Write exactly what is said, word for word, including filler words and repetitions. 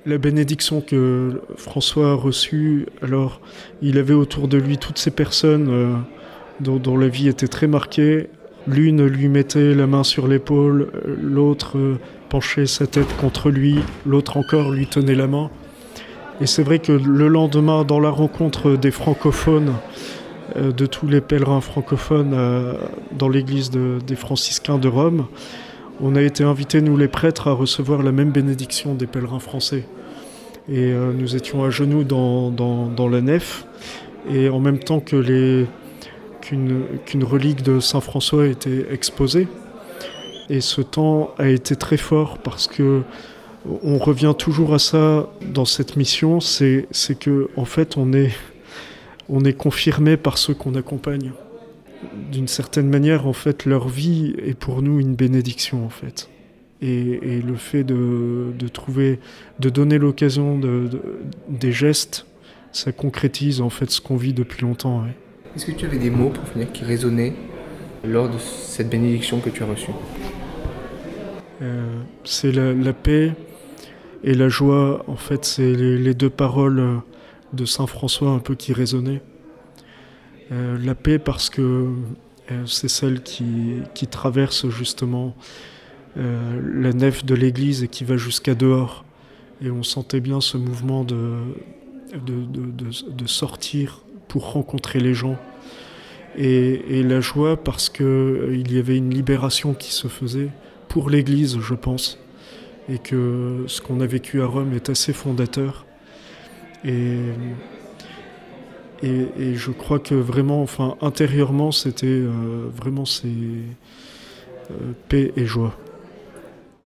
La bénédiction que François a reçue, alors il avait autour de lui toutes ces personnes euh, dont, dont la vie était très marquée. L'une lui mettait la main sur l'épaule, l'autre euh, penchait sa tête contre lui, l'autre encore lui tenait la main. Et c'est vrai que le lendemain, dans la rencontre des francophones, euh, de tous les pèlerins francophones euh, dans l'église de, des franciscains de Rome, on a été invités, nous les prêtres, à recevoir la même bénédiction des pèlerins français. Et euh, nous étions à genoux dans, dans, dans la nef, et en même temps que les, qu'une, qu'une relique de Saint François était exposée. Et ce temps a été très fort parce que on revient toujours à ça dans cette mission, c'est, c'est que en fait on est, on est confirmé par ceux qu'on accompagne. D'une certaine manière, en fait, leur vie est pour nous une bénédiction, en fait. Et, et le fait de, de trouver, de donner l'occasion de, de, des gestes, ça concrétise en fait ce qu'on vit depuis longtemps. Ouais. Est-ce que tu avais des mots pour finir qui résonnaient lors de cette bénédiction que tu as reçue ? euh, C'est la, la paix et la joie, en fait, c'est les, les deux paroles de Saint François un peu qui résonnaient. Euh, la paix parce que euh, c'est celle qui, qui traverse justement euh, la nef de l'église et qui va jusqu'à dehors. Et on sentait bien ce mouvement de, de, de, de, de sortir pour rencontrer les gens. Et, et la joie parce qu'il euh, y avait une libération qui se faisait pour l'église, je pense. Et que ce qu'on a vécu à Rome est assez fondateur. Et... Et, et je crois que vraiment, enfin, intérieurement, c'était euh, vraiment c'est euh, paix et joie.